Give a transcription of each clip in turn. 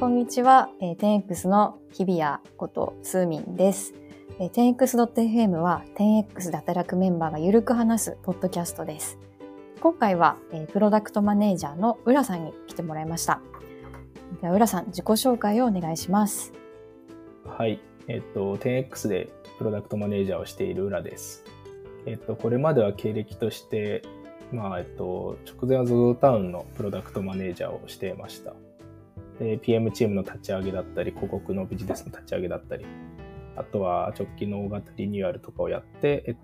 こんにちは。10X の日比谷ことスーミンです。10X.fm は 10X で働くメンバーがゆるく話すポッドキャストです。今回は、プロダクトマネージャーの浦さんに来てもらいました。では浦さん、自己紹介をお願いします。 はい。10X でプロダクトマネージャーをしている浦です。これまでは経歴として、直前は ZOZO タウンのプロダクトマネージャーをしていました。で、PM チームの立ち上げだったり、広告のビジネスの立ち上げだったり、あとは直近の大型リニューアルとかをやって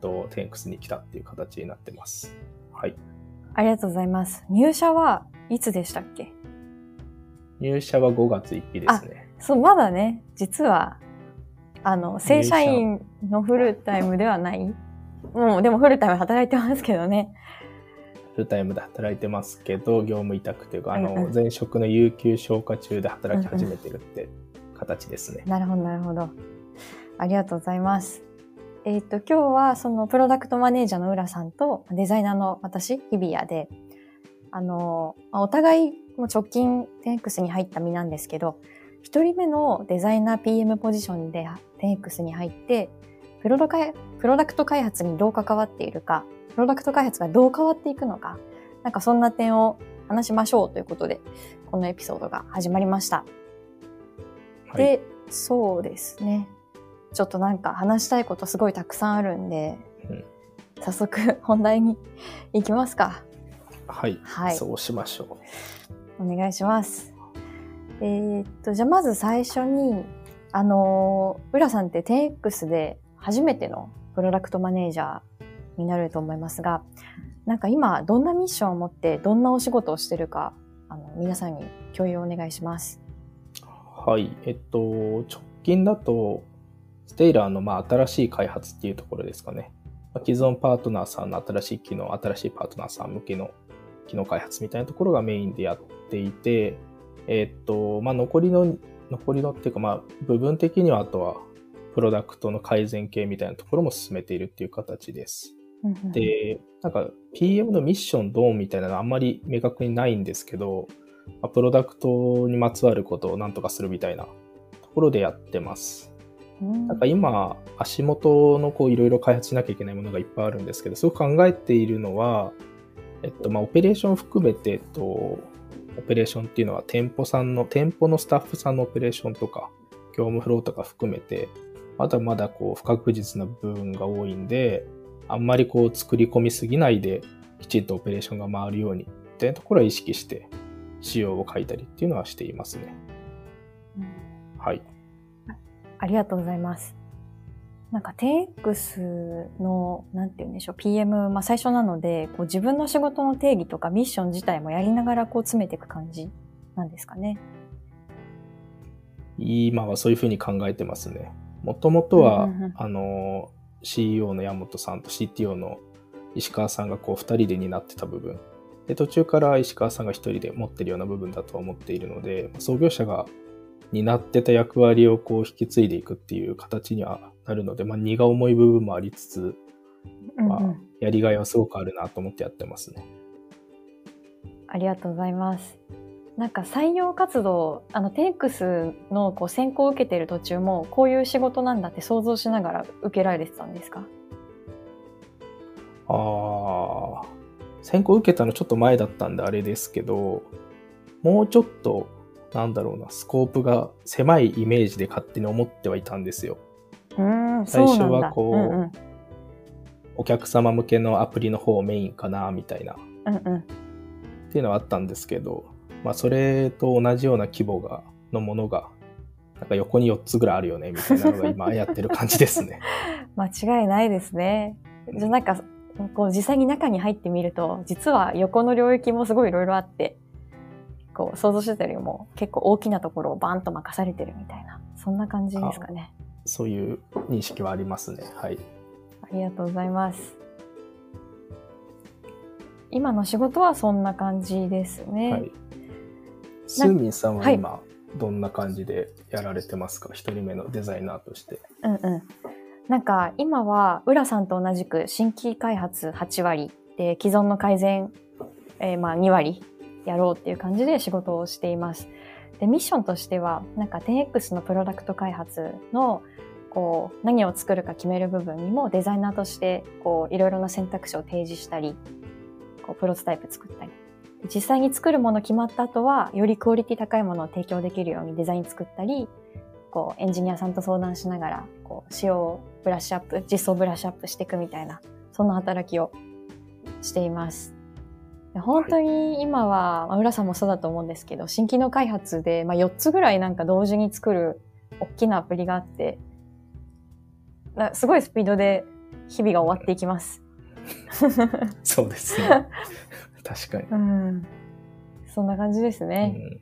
、10X に来たっていう形になってます。はい。 ありがとうございます。入社はいつでしたっけ？ 入社は5月1日ですね。 そう、まだね、実は、正社員のフルタイムではない。もう、でもフルタイム働いてますけどね。 フルタイムで働いてますけど、業務委託というか、前職の有給消化中で働き始めてるって形ですね。 なるほど、なるほど。ありがとうございます。今日はそのプロダクトマネージャーの浦さんとデザイナーの私、日比谷で、お互いも直近 10X に入った身なんですけど、一人目のデザイナー PM ポジションで 10X に入って、プロダクト開発にどう関わっているか、プロダクト開発がどう変わっていくのか、なんかそんな点を話しましょうということで、このエピソードが始まりました。はい、で、そうですね。ちょっとなんか話したいことすごいたくさんあるんで、早速本題に行きますか。 はい。そうしましょう。お願いします。じゃあまず最初に、浦さんって 10X で初めてのプロダクトマネージャーになると思いますが、なんか今どんなミッションを持ってどんなお仕事をしてるか、皆さんに共有をお願いします。 はい。直近だと、ステイラーの新しい開発っていうところですかね。既存パートナーさんの新しい機能、新しいパートナーさん向けの機能開発みたいなところがメインでやっていて、残りのっていうか、部分的にはあとは、プロダクトの改善系みたいなところも進めているっていう形です。で、なんか PM のミッションどうみたいなのはあんまり明確にないんですけど、プロダクトにまつわることをなんとかするみたいなところでやってます。なんか今、足元のいろいろ開発しなきゃいけないものがいっぱいあるんですけど、すごく考えているのは、オペレーション含めて、オペレーションっていうのは店舗のスタッフさんのオペレーションとか、業務フローとか含めて、まだまだ不確実な部分が多いんで、あんまり作り込みすぎないで、きちんとオペレーションが回るようにっていうところは意識して、仕様を書いたりっていうのはしていますね。はい。 ありがとうございます。なんか 10X の、なんて言うんでしょう、PM、最初なので、自分の仕事の定義とかミッション自体もやりながら詰めていく感じなんですかね。 今はそういうふうに考えてますね。もともとは、CEO の山本さんと CTO の石川さんが2人で担ってた部分。で、途中から石川さんが1人で持ってるような部分だと思っているので、創業者が担ってた役割を引き継いでいくっていう形にはなるので、荷が重い部分もありつつ、やりがいはすごくあるなと思ってやってますね。 ありがとうございます。なんか採用活動、10X の選考を受けてる途中も、こういう仕事なんだって想像しながら受けられてたんですか？ 選考受けたのちょっと前だったんであれですけど、もうちょっと、スコープが狭いイメージで勝手に思ってはいたんですよ。最初はお客様向けのアプリの方メインかな、みたいな。っていうのはあったんですけど、それと同じような規模のものが、なんか横に4つぐらいあるよね、みたいなのが今やってる感じですね。 間違いないですね。じゃあなんか、実際に中に入ってみると、実は横の領域もすごいいろいろあって、想像してたよりも結構大きなところをバーンと任されてるみたいな、そんな感じですかね。 そういう認識はありますね。はい。 ありがとうございます。今の仕事はそんな感じですね。はい。 スーミンさんは今、どんな感じでやられてますか？一人目のデザイナーとして。 なんか今は浦さんと同じく新規開発8割で既存の改善、2割やろうっていう感じで仕事をしています。 で、ミッションとしては、なんか 10X のプロダクト開発の、こう、何を作るか決める部分にもデザイナーとして、こう、いろいろな選択肢を提示したり、こう、プロトタイプ作ったり。実際に作るもの決まった後は、よりクオリティ高いものを提供できるようにデザイン作ったり、こう、エンジニアさんと相談しながら、こう、仕様をブラッシュアップ、実装ブラッシュアップしていくみたいな、そんな働きをしています。本当に今は、浦さんもそうだと思うんですけど、新機能開発で、4つぐらいなんか同時に作る大きなアプリがあって、すごいスピードで日々が終わっていきます。 そうですね。確かに。 うん。そんな感じですね。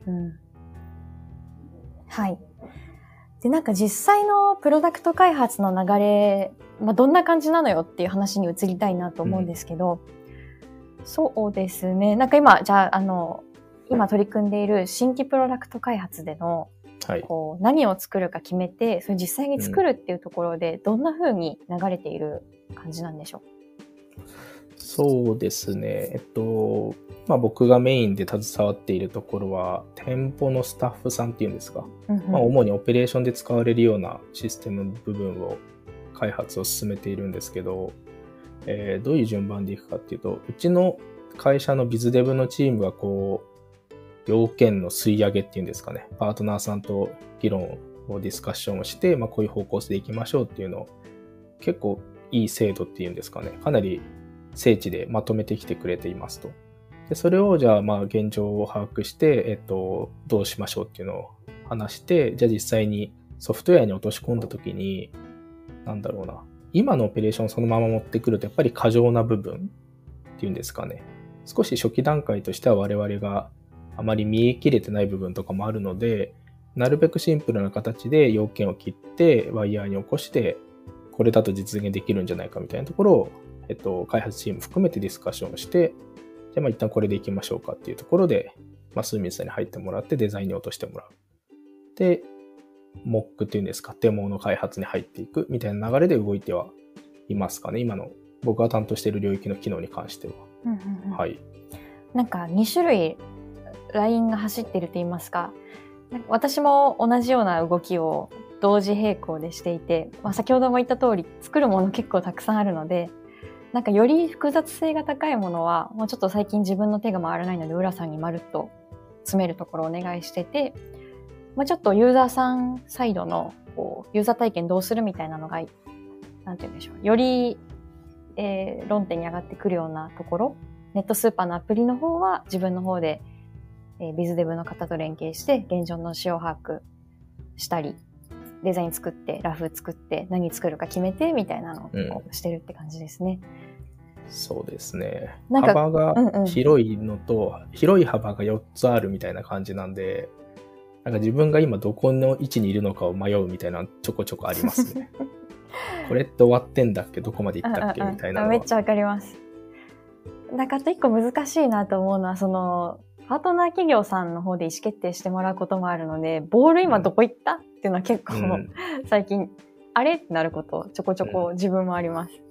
はい。で、なんか実際のプロダクト開発の流れ、どんな感じなのよっていう話に移りたいなと思うんですけど、そうですね。なんか今、じゃあ、今取り組んでいる新規プロダクト開発での、こう、何を作るか決めて、それ実際に作るっていうところで、どんな風に流れている感じなんでしょう？ そうですね。僕がメインで携わっているところは、店舗のスタッフさんっていうんですか。主にオペレーションで使われるようなシステム部分を開発を進めているんですけど、どういう順番でいくかっていうと、うちの会社のビズデブのチームはこう、要件の吸い上げっていうんですかね。パートナーさんと議論をディスカッションをして、こういう方向性でいきましょうっていうのを、結構いい制度っていうんですかね。かなり精緻でまとめてきてくれていますと。で、それをじゃあ現状を把握して、どうしましょうっていうのを話して、じゃあ実際にソフトウェアに落とし込んだときに、今のオペレーションをそのまま持ってくるとやっぱり過剰な部分っていうんですかね。少し初期段階としては我々があまり見えきれてない部分とかもあるので、なるべくシンプルな形で要件を切ってワイヤーに起こして、これだと実現できるんじゃないかみたいなところを、開発チーム含めてディスカッションをして、じゃあ一旦これでいきましょうかっていうところで、スーミンさんに入ってもらってデザインに落としてもらう。で、モックっていうんですか、デモの開発に入っていくみたいな流れで動いてはいますかね。今の僕が担当している領域の機能に関しては。はい。 なんか2種類ラインが走っていると言いますか、私も同じような動きを同時並行でしていて、先ほども言った通り作るもの結構たくさんあるので、なんかより複雑性が高いものはもうちょっと最近自分の手が回らないので浦さんにまるっと詰めるところをお願いしてて、ちょっとユーザーさんサイドのこうユーザー体験どうするみたいなのが、なんて言うんでしょう、より、論点に上がってくるようなところ、ネットスーパーのアプリの方は自分の方で、ビズデブの方と連携して現状の仕様把握したり、デザイン作ってラフ作って何作るか決めてみたいなのをしてるって感じですね。 そうですね。幅が広いのと、広い幅が4つあるみたいな感じなんで、なんか自分が今どこの位置にいるのかを迷うみたいなちょこちょこありますね。これって終わってんだっけ、どこまで行ったっけみたいなのは。 めっちゃわかります。だから一個難しいなと思うのは、そのパートナー企業さんの方で意思決定してもらうこともあるので、ボール今どこ行ったっていうのは結構、最近あれってなることちょこちょこ自分もあります。い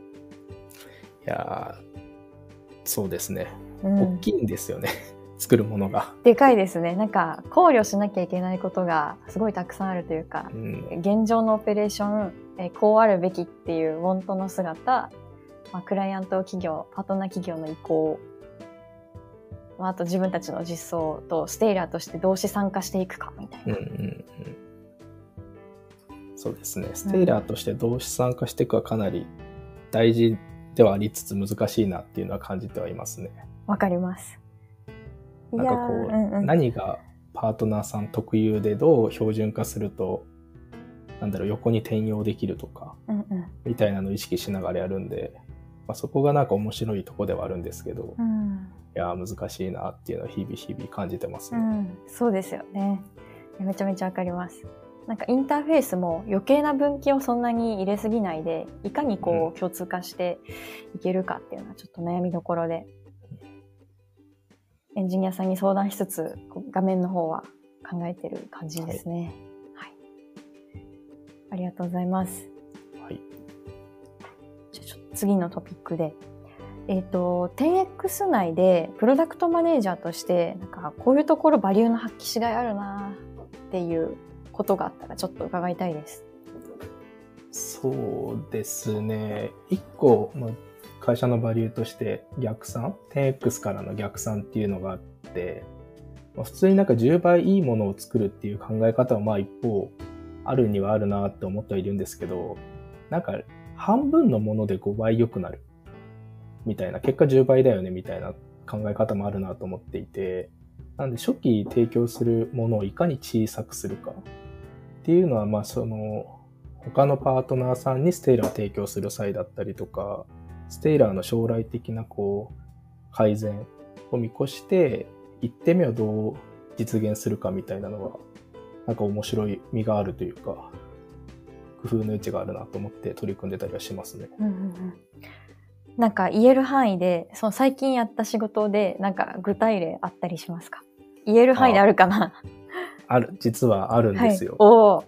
やそうですね。大きいんですよね。作るものが。 でかいですね。なんか考慮しなきゃいけないことがすごいたくさんあるというか、現状のオペレーション、こうあるべきっていう本当の姿、クライアント企業、パートナー企業の意向、あと自分たちの実装とステイラーとして同時参加していくかみたいな。 そうですね。ステイラーとして同時参加していくはかなり大事ではありつつ難しいなっていうのは感じてはいますね。 わかります。 なんかこう、何がパートナーさん特有でどう標準化すると、横に転用できるとか、みたいなのを意識しながらやるんで、そこがなんか面白いとこではあるんですけど、いや難しいなっていうのは日々感じてますね。 そうですよね。めちゃめちゃわかります。なんかインターフェースも余計な分岐をそんなに入れすぎないで、いかにこう共通化していけるかっていうのはちょっと悩みどころで、エンジニアさんに相談しつつ画面の方は考えてる感じですね。はい。ありがとうございます。 はい。 じゃあちょっと次のトピックで、 10X 内でプロダクトマネージャーとして、なんかこういうところバリューの発揮しがいあるなっていうことがあったらちょっと伺いたいです。 そうですね。一個、会社のバリューとして逆算、10X からの逆算っていうのがあって、普通になんか10倍いいものを作るっていう考え方は一方あるにはあるなって思ってはいるんですけど、なんか半分のもので5倍良くなるみたいな、結果10倍だよねみたいな考え方もあるなと思っていて、なんで初期提供するものをいかに小さくするかっていうのは、他のパートナーさんにステイラーを提供する際だったりとか、ステイラーの将来的な改善を見越して、1点目をどう実現するかみたいなのは、なんか面白い味があるというか、工夫の余地があるなと思って取り組んでたりはしますね。 なんか言える範囲で、その最近やった仕事で、なんか具体例あったりしますか？言える範囲であるかな？ 実はあるんですよ。 お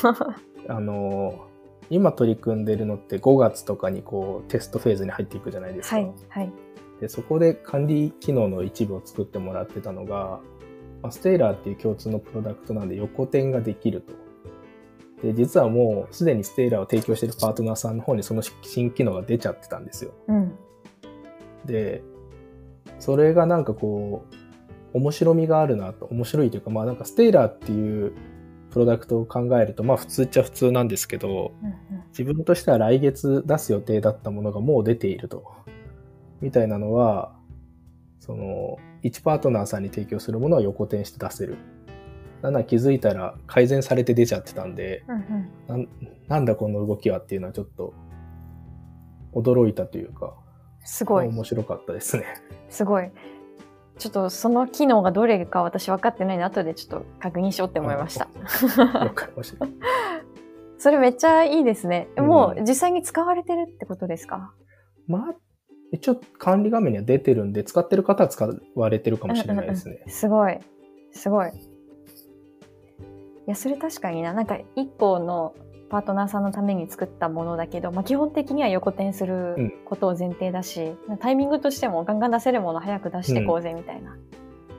今取り組んでるのって5月とかにテストフェーズに入っていくじゃないですか。で、そこで管理機能の一部を作ってもらってたのが、ステイラーっていう共通のプロダクトなんで横転ができると。で、実はもうすでにステイラーを提供しているパートナーさんの方にその新機能が出ちゃってたんですよ。で、それがなんか面白みがあるなと、面白いというか、なんかステイラーっていうプロダクトを考えると、普通っちゃ普通なんですけど、自分としては来月出す予定だったものがもう出ていると。みたいなのは、1パートナーさんに提供するものは横転して出せる。気づいたら改善されて出ちゃってたんで、なんだこの動きはっていうのはちょっと驚いたというか、 すごい。 面白かったですね。 すごい。ちょっとその機能がどれか私分かってないので、後でちょっと確認しようって思いました。 わかりました。 それめっちゃいいですね。もう実際に使われてるってことですか？ 一応管理画面には出てるんで、使ってる方は使われてるかもしれないですね。 すごい。すごい。いや、それ確かにな。なんか一個のパートナーさんのために作ったものだけど、基本的には横転することを前提だし、タイミングとしてもガンガン出せるもの早く出していこうぜみたいな。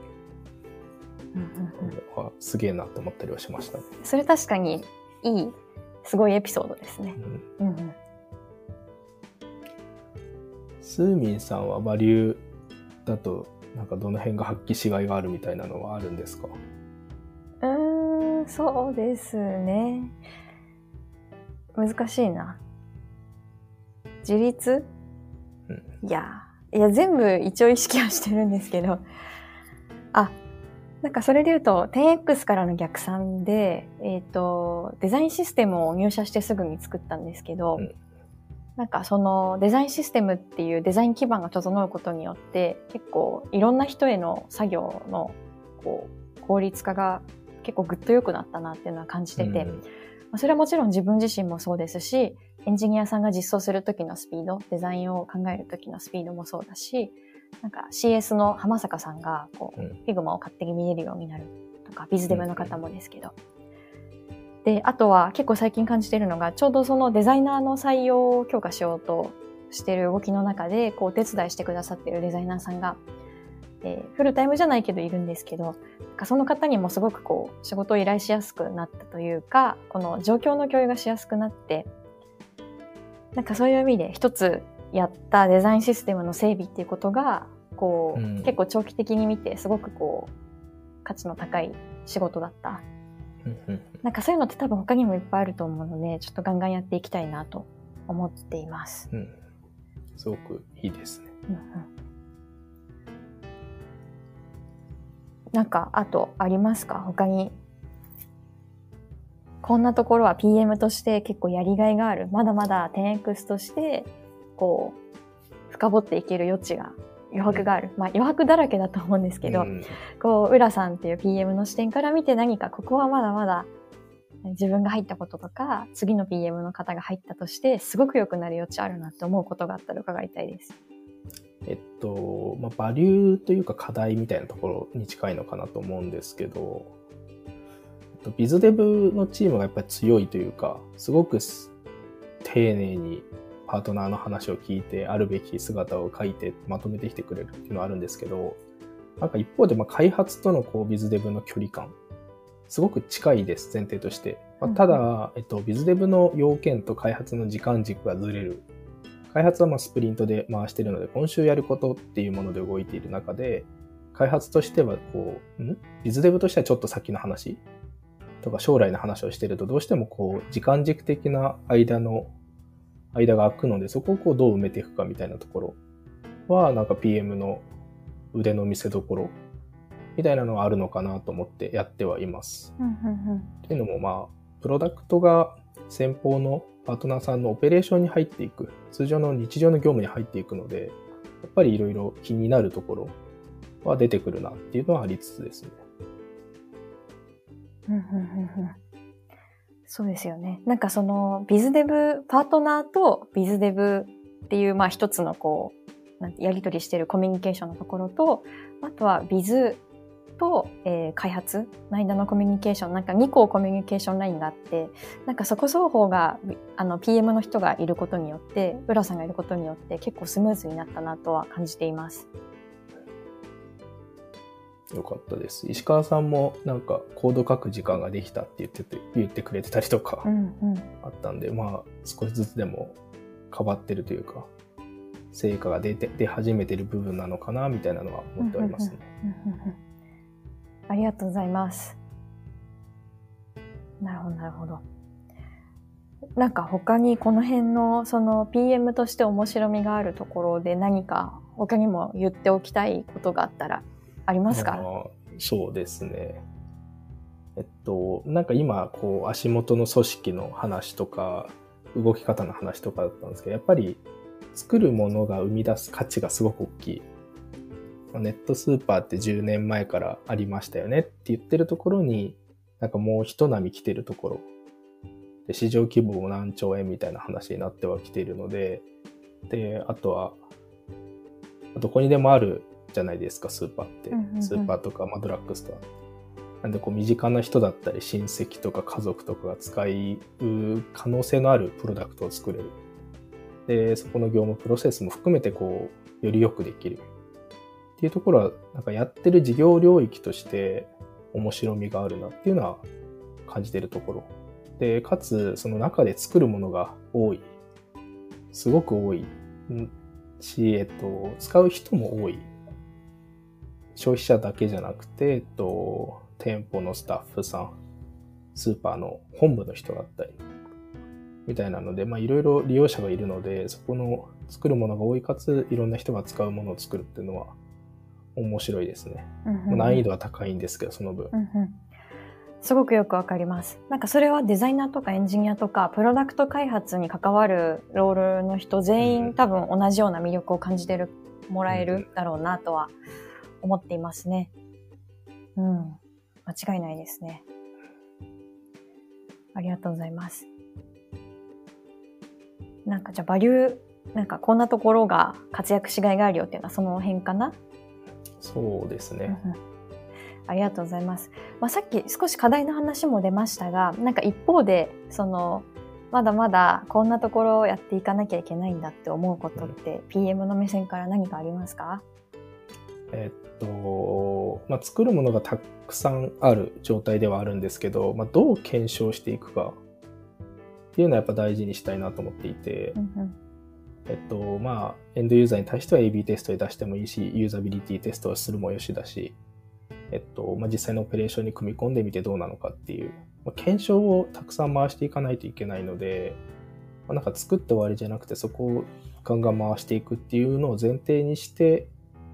すげえなと思ったりはしましたね。 それ確かにいい、すごいエピソードですね。 スーミンさんはバリューだとなんかどの辺が発揮しがいがあるみたいなのはあるんですか？ そうですね。難しいな。自立？いや全部一応意識はしてるんですけど、なんかそれで言うと 10X からの逆算で、デザインシステムを入社してすぐに作ったんですけど、なんかそのデザインシステムっていうデザイン基盤が整うことによって結構いろんな人への作業の効率化が結構ぐっと良くなったなっていうのは感じてて、それはもちろん自分自身もそうですし、エンジニアさんが実装する時のスピード、デザインを考える時のスピードもそうだし、なんか CS の浜坂さんがFigma を勝手に見れるようになるとか、ビズデブの方もですけど。で、あとは結構最近感じているのが、ちょうどそのデザイナーの採用を強化しようとしている動きの中で、お手伝いしてくださっているデザイナーさんが、フルタイムじゃないけどいるんですけど、その方にもすごく仕事を依頼しやすくなったというか、この状況の共有がしやすくなって、なんかそういう意味で一つやったデザインシステムの整備っていうことが、結構長期的に見てすごく価値の高い仕事だった。なんかそういうのって多分他にもいっぱいあると思うので、ちょっとガンガンやっていきたいなと思っています。 すごくいいですね。 なんかあとありますか？他にこんなところは PM として結構やりがいがある、まだまだ 10X として深掘っていける余地が、余白がある、余白だらけだと思うんですけど、浦さんっていう PM の視点から見て何かここはまだまだ自分が入ったこととか、次の PM の方が入ったとしてすごく良くなる余地あるなって思うことがあったら伺いたいです。 バリューというか課題みたいなところに近いのかなと思うんですけど、ビズデブのチームがやっぱり強いというか、すごく丁寧にパートナーの話を聞いて、あるべき姿を書いてまとめてきてくれるっていうのはあるんですけど、なんか一方で開発とのビズデブの距離感、すごく近いです、前提として。ただ、ビズデブの要件と開発の時間軸がずれる。開発はスプリントで回しているので、今週やることっていうもので動いている中で、開発としてはビズデブとしてはちょっと先の話とか将来の話をしていると、どうしても時間軸的な間が空くので、そこをどう埋めていくかみたいなところは、なんか PM の腕の見せ所みたいなのはあるのかなと思ってやってはいます。っていうのもプロダクトが先方のパートナーさんのオペレーションに入っていく、通常の日常の業務に入っていくので、やっぱりいろいろ気になるところは出てくるなっていうのはありつつですね。 そうですよね。なんかそのビズデブ、パートナーとビズデブっていう一つのやり取りしているコミュニケーションのところと、あとはビズと、開発の間のコミュニケーション、なんか2個コミュニケーションラインがあって、なんかそこ双方がPM の人がいることによって、浦さんがいることによって結構スムーズになったなとは感じています。 よかったです。石川さんもなんかコード書く時間ができたって言ってくれてたりとかあったんで、少しずつでも変わってるというか、成果が出始めてる部分なのかなみたいなのは思っておりますね。 ありがとうございます。なるほど。なんか他にこの辺のその PM として面白みがあるところで何か他にも言っておきたいことがあったらありますか？ そうですね。なんか今足元の組織の話とか動き方の話とかだったんですけど、やっぱり作るものが生み出す価値がすごく大きい。ネットスーパーって10年前からありましたよねって言ってるところに、なんかもう一波来てるところで、市場規模も何兆円みたいな話になってはきているので、あとどこにでもあるじゃないですか、スーパーって。スーパーとか、ドラッグストア。なんで身近な人だったり親戚とか家族とかが使う可能性のあるプロダクトを作れる。で、そこの業務プロセスも含めてよりよくできる。っていうところは、なんかやってる事業領域として面白みがあるなっていうのは感じてるところ。で、かつ、その中で作るものが多い。すごく多いし、使う人も多い。消費者だけじゃなくて、店舗のスタッフさん、スーパーの本部の人だったり、みたいなので、いろいろ利用者がいるので、そこの作るものが多いかつ、いろんな人が使うものを作るっていうのは面白いですね。難易度は高いんですけど、その分。 すごくよくわかります。なんかそれはデザイナーとかエンジニアとか、プロダクト開発に関わるロールの人全員多分同じような魅力を感じてもらえるだろうなとは思っていますね。間違いないですね。ありがとうございます。なんかじゃあバリュー、なんかこんなところが活躍しがいがあるよっていうのはその辺かな？ そうですね。 ありがとうございます。さっき少し課題の話も出ましたが、なんか一方でまだまだこんなところをやっていかなきゃいけないんだって思うことって、PM の目線から何かありますか？ 作るものがたくさんある状態ではあるんですけど、どう検証していくかっていうのはやっぱ大事にしたいなと思っていて、エンドユーザーに対しては AB テストで出してもいいし、ユーザビリティテストをするもよしだし、実際のオペレーションに組み込んでみてどうなのかっていう、検証をたくさん回していかないといけないので、なんか作って終わりじゃなくて、そこをガンガン回していくっていうのを前提にして、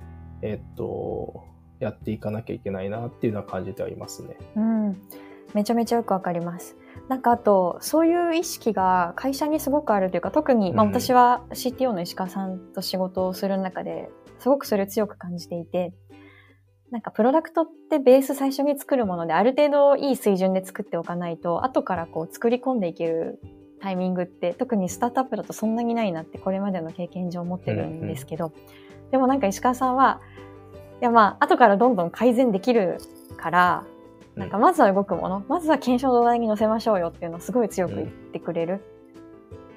やっていかなきゃいけないなっていうのは感じてはいますね。 めちゃめちゃよくわかります。なんかあと、そういう意識が会社にすごくあるというか、特に、私は CTO の石川さんと仕事をする中ですごくそれを強く感じていて、なんかプロダクトってベース最初に作るものである程度いい水準で作っておかないと、後から作り込んでいけるタイミングって特にスタートアップだとそんなにないなってこれまでの経験上思ってるんですけど、でもなんか石川さんはいや後からどんどん改善できるから、なんかまずは動くもの、まずは検証の土台に乗せましょうよっていうのをすごい強く言ってくれる。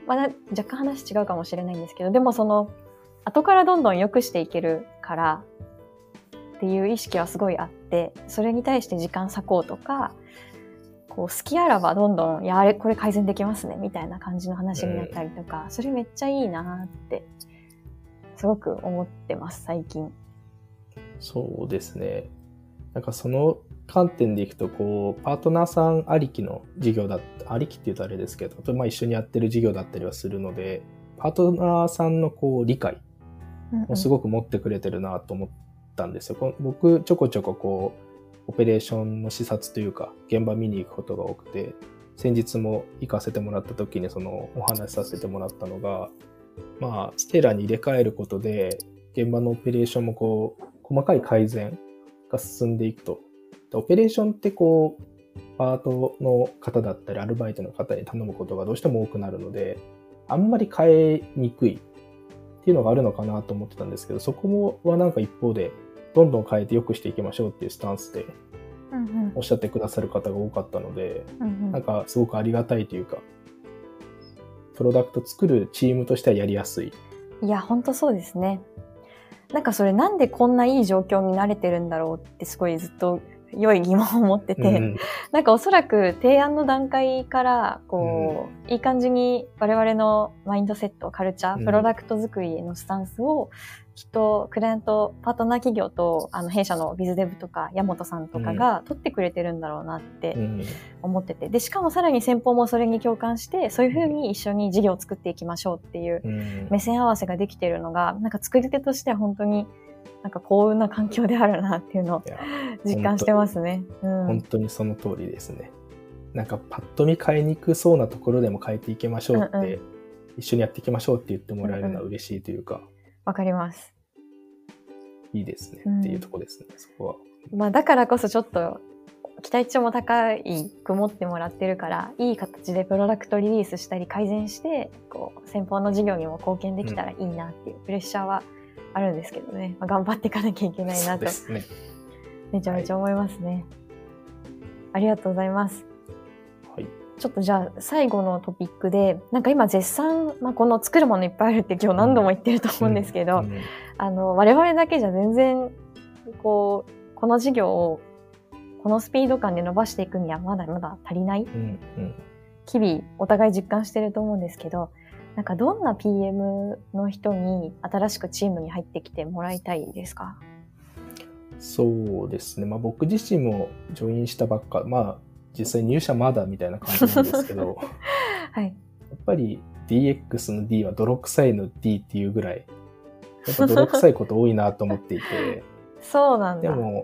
まだ若干話違うかもしれないんですけど、でもその、後からどんどん良くしていけるからっていう意識はすごいあって、それに対して時間割こうとか、こう好きあらばどんどん、いや、あれ、これ改善できますね、みたいな感じの話になったりとか、それめっちゃいいなって、すごく思ってます、最近。 そうですね。なんかその観点でいくと、こう、パートナーさんありきの事業だった、ありきって言うとあれですけど、まあ一緒にやってる事業だったりはするので、パートナーさんのこう理解をすごく持ってくれてるなと思ったんですよ。僕、ちょこちょここう、オペレーションの視察というか、現場見に行くことが多くて、先日も行かせてもらった時にそのお話しさせてもらったのが、まあ、ステラに入れ替えることで、現場のオペレーションもこう、細かい改善が進んでいくと。オペレーションってこう、パートの方だったり、アルバイトの方に頼むことがどうしても多くなるので、あんまり変えにくいっていうのがあるのかなと思ってたんですけど、そこはなんか一方で、どんどん変えて良くしていきましょうっていうスタンスで、おっしゃってくださる方が多かったので、なんかすごくありがたいというか、プロダクト作るチームとしてはやりやすい。 いや、ほんとそうですね。なんかそれなんでこんないい状況に慣れてるんだろうってすごいずっと良い疑問を持ってて、なんかおそらく提案の段階からこう、いい感じに我々のマインドセット、カルチャー、プロダクト作りへのスタンスをきっとクライアント、パートナー企業と弊社のビズデブとか山本さんとかが取ってくれてるんだろうなって思ってて、でしかもさらに先方もそれに共感してそういうふうに一緒に事業を作っていきましょうっていう目線合わせができているのがなんか作り手としては本当になんか幸運な環境であるなっていうのを実感してますね。 本当にその通りですね。なんかパッと見変えにくそうなところでも変えていきましょうって、一緒にやっていきましょうって言ってもらえるのは嬉しいというか。 わかります。 いいですね、っていうところですね、そこは。 まあだからこそちょっと期待値も高いく持ってもらってるから、いい形でプロダクトリリースしたり改善して、こう先方の事業にも貢献できたらいいなっていうプレッシャーはあるんですけどね。まあ、頑張っていかなきゃいけないなと、ね、めちゃめちゃ思いますね。ありがとうございます。 はい。 ちょっとじゃあ最後のトピックで、なんか今絶賛、まあ、この作るものいっぱいあるって今日何度も言ってると思うんですけど、我々だけじゃ全然この事業をこのスピード感で伸ばしていくにはまだまだ足りない、日々お互い実感してると思うんですけど、なんかどんな PM の人に新しくチームに入ってきてもらいたいですか？ そうですね。まあ僕自身もジョインしたばっか、まあ実際入社まだみたいな感じなんですけど、 はい、 やっぱり DX の D は泥臭いの D っていうぐらい、やっぱ泥臭いこと多いなと思っていて、 そうなんだ。 でも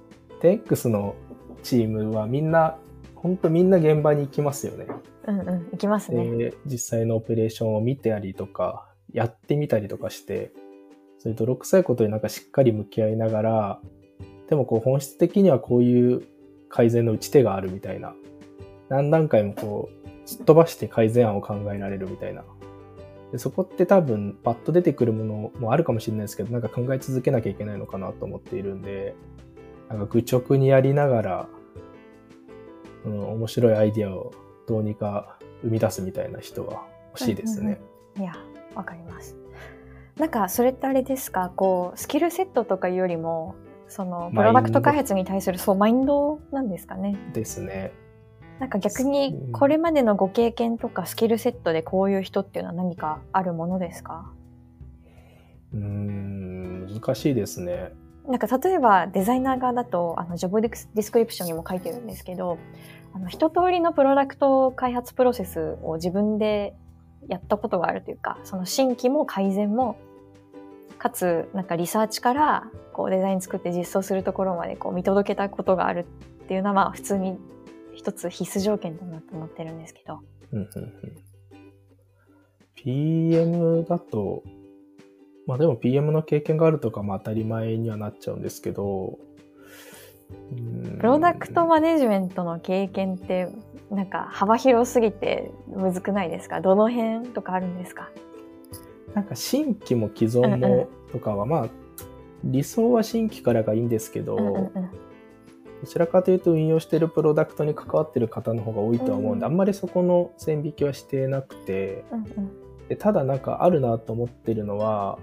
DX のチームはみんな、本当みんな現場に行きますよね。 行きますね。 で、実際のオペレーションを見てやりとか、やってみたりとかして、そういう泥臭いことになんかしっかり向き合いながら、でもこう本質的にはこういう改善の打ち手があるみたいな、何段階もこう、すっ飛ばして改善案を考えられるみたいな。でそこって多分パッと出てくるものもあるかもしれないですけど、なんか考え続けなきゃいけないのかなと思っているんで、なんか愚直にやりながら、面白いアイディアをどうにか生み出すみたいな人は欲しいですね。 いや、わかります。なんかそれってあれですか、こうスキルセットとかいうよりも、そのプロダクト開発に対するマインドなんですかね。 ですね。 なんか逆にこれまでのご経験とかスキルセットでこういう人っていうのは何かあるものですか？ 難しいですね。 なんか例えばデザイナー側だとジョブディスクリプションにも書いてるんですけど、一通りのプロダクト開発プロセスを自分でやったことがあるというか、その新規も改善もかつなんかリサーチからこうデザイン作って実装するところまでこう見届けたことがあるっていうのはまあ普通に一つ必須条件だなと思ってるんですけど。 PM だと、まあでも PM の経験があるとか当たり前にはなっちゃうんですけど、 プロダクトマネジメントの経験ってなんか幅広すぎてむずくないですか？どの辺とかあるんですか？ なんか新規も既存もとかはまあ理想は新規からがいいんですけど、 どちらかというと運用しているプロダクトに関わっている方の方が多いとは思うんで、あんまりそこの線引きはしてなくて、でただなんかあるなと思ってるのは、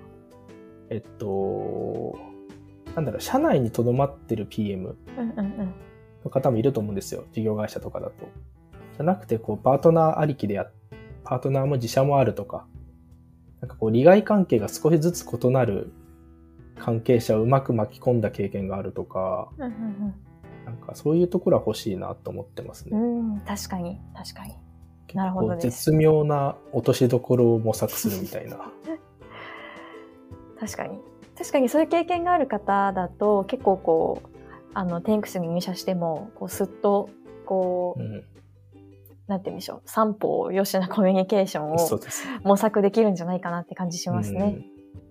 社内にとどまってる PM の方もいると思うんですよ。事業会社とかだと。じゃなくて、こう、パートナーありきでパートナーも自社もあるとか、なんかこう、利害関係が少しずつ異なる関係者をうまく巻き込んだ経験があるとか、なんかそういうところは欲しいなと思ってますね。 確かに。なるほどです。 絶妙な落としどころを模索するみたいな。 確かにそういう経験がある方だと結構こうテンクスに入社してもこうすっとこう、なんて言うんでしょう、三方よしなコミュニケーションを模索できるんじゃないかなって感じしますね。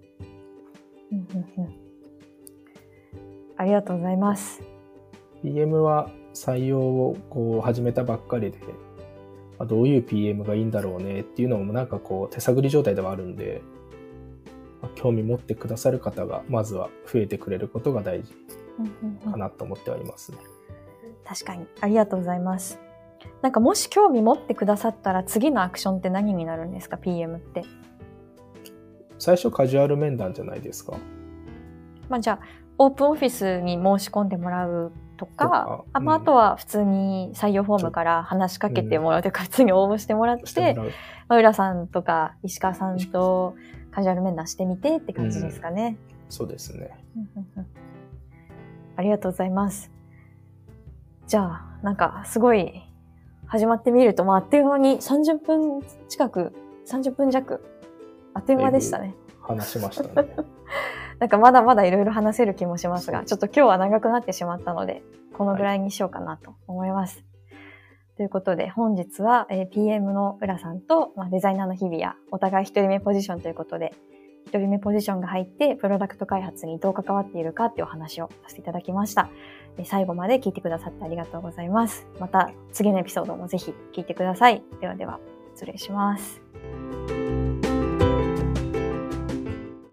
ありがとうございます。 PM は採用をこう始めたばっかりで、どういう PM がいいんだろうねっていうのもなんかこう手探り状態ではあるんで、興味持ってくださる方がまずは増えてくれることが大事かなと思ってはいますね。 確かに。ありがとうございます。なんかもし興味持ってくださったら次のアクションって何になるんですか PM って。 最初カジュアル面談じゃないですか。 じゃあオープンオフィスに申し込んでもらうとか、あとは普通に採用フォームから話しかけてもらうとか、普通に応募してもらって、浦さんとか石川さんとカジュアル面談してみてって感じですかね。 そうですね。 ありがとうございます。じゃあ、なんかすごい始まってみると、あっという間に30分弱、あっという間でしたね。 話しましたね。 なんかまだまだいろいろ話せる気もしますが、ちょっと今日は長くなってしまったので、このぐらいにしようかなと思います。ということで、本日は、PM の浦さんと、デザイナーの日比谷、お互い一人目ポジションということで、一人目ポジションが入って、プロダクト開発にどう関わっているかっていうお話をさせていただきました。最後まで聞いてくださってありがとうございます。また次のエピソードもぜひ聞いてください。ではでは、失礼します。